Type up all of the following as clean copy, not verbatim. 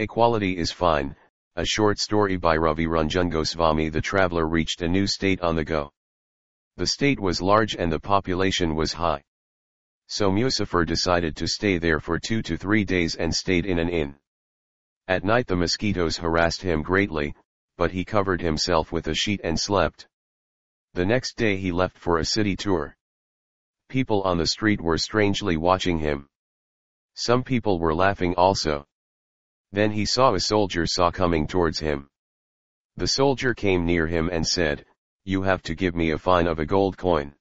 Equality is fine, a short story by Ravi Ranjan Goswami. The traveler reached a new state on the go. The state was large and the population was high. So Muzaffar decided to stay there for 2 to 3 days and stayed in an inn. At night the mosquitoes harassed him greatly, but he covered himself with a sheet and slept. The next day he left for a city tour. People on the street were strangely watching him. Some people were laughing also. Then he saw a soldier coming towards him. The soldier came near him and said, "You have to give me a fine of a gold coin."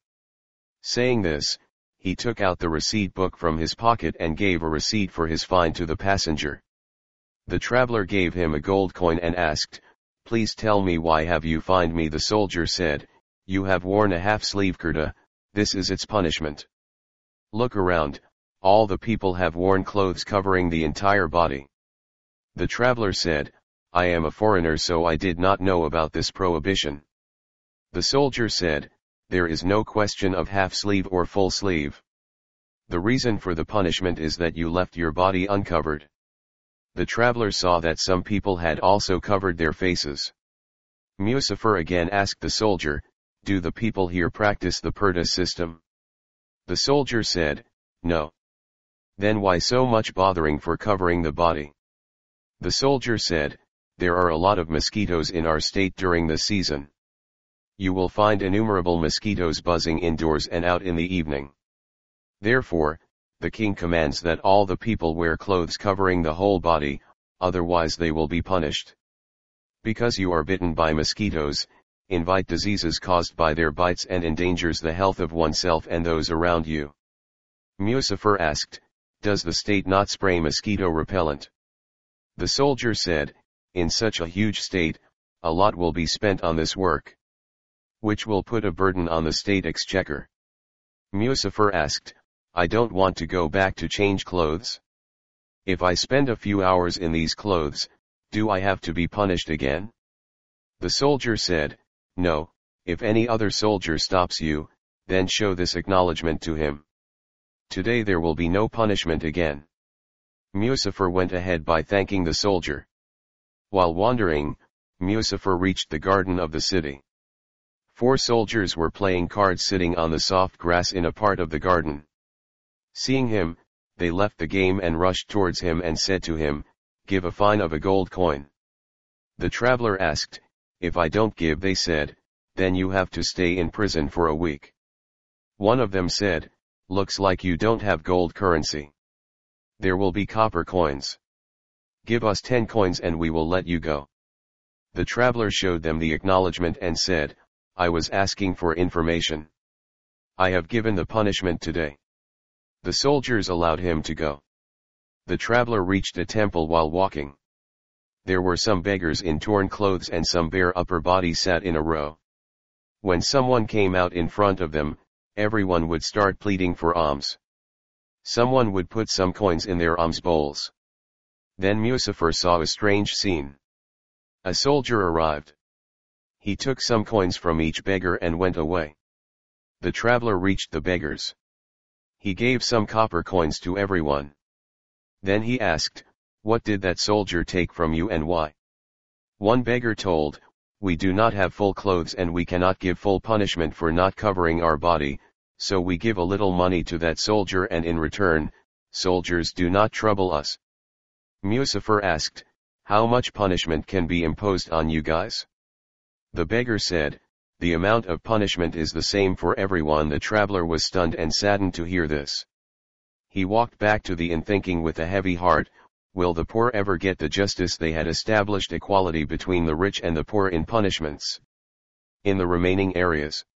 Saying this, he took out the receipt book from his pocket and gave a receipt for his fine to the passenger. The traveler gave him a gold coin and asked, "Please tell me, why have you fined me?" The soldier said, "You have worn a half-sleeve kurta, this is its punishment. Look around, all the people have worn clothes covering the entire body." The traveler said, "I am a foreigner, so I did not know about this prohibition." The soldier said, "There is no question of half-sleeve or full sleeve. The reason for the punishment is that you left your body uncovered." The traveler saw that some people had also covered their faces. Muzaffar again asked the soldier, "Do the people here practice the purdah system?" The soldier said, "No." "Then why so much bothering for covering the body?" The soldier said, "There are a lot of mosquitoes in our state during the season. You will find innumerable mosquitoes buzzing indoors and out in the evening. Therefore, the king commands that all the people wear clothes covering the whole body, otherwise they will be punished. Because you are bitten by mosquitoes, invite diseases caused by their bites and endangers the health of oneself and those around you." Muzaffar asked, "Does the state not spray mosquito repellent?" The soldier said, "In such a huge state, a lot will be spent on this work, which will put a burden on the state exchequer." Muzaffar asked, "I don't want to go back to change clothes. If I spend a few hours in these clothes, do I have to be punished again?" The soldier said, "No, if any other soldier stops you, then show this acknowledgement to him. Today there will be no punishment again." Muzaffar went ahead by thanking the soldier. While wandering, Muzaffar reached the garden of the city. 4 soldiers were playing cards sitting on the soft grass in a part of the garden. Seeing him, they left the game and rushed towards him and said to him, "Give a fine of a gold coin." The traveler asked, "If I don't give," they said, "then you have to stay in prison for a week." One of them said, "Looks like you don't have gold currency. There will be copper coins. Give us 10 coins and we will let you go." The traveler showed them the acknowledgement and said, "I was asking for information. I have given the punishment today." The soldiers allowed him to go. The traveler reached a temple while walking. There were some beggars in torn clothes and some bare upper bodies sat in a row. When someone came out in front of them, everyone would start pleading for alms. Someone would put some coins in their alms bowls. Then Muzaffar saw a strange scene. A soldier arrived. He took some coins from each beggar and went away. The traveler reached the beggars. He gave some copper coins to everyone. Then he asked, "What did that soldier take from you and why?" One beggar told, "We do not have full clothes and we cannot give full punishment for not covering our body, so we give a little money to that soldier and in return, soldiers do not trouble us." Muzaffar asked, "How much punishment can be imposed on you guys?" The beggar said, "The amount of punishment is the same for everyone." The traveler was stunned and saddened to hear this. He walked back to the inn thinking with a heavy heart, will the poor ever get the justice? They had established equality between the rich and the poor in punishments. In the remaining areas,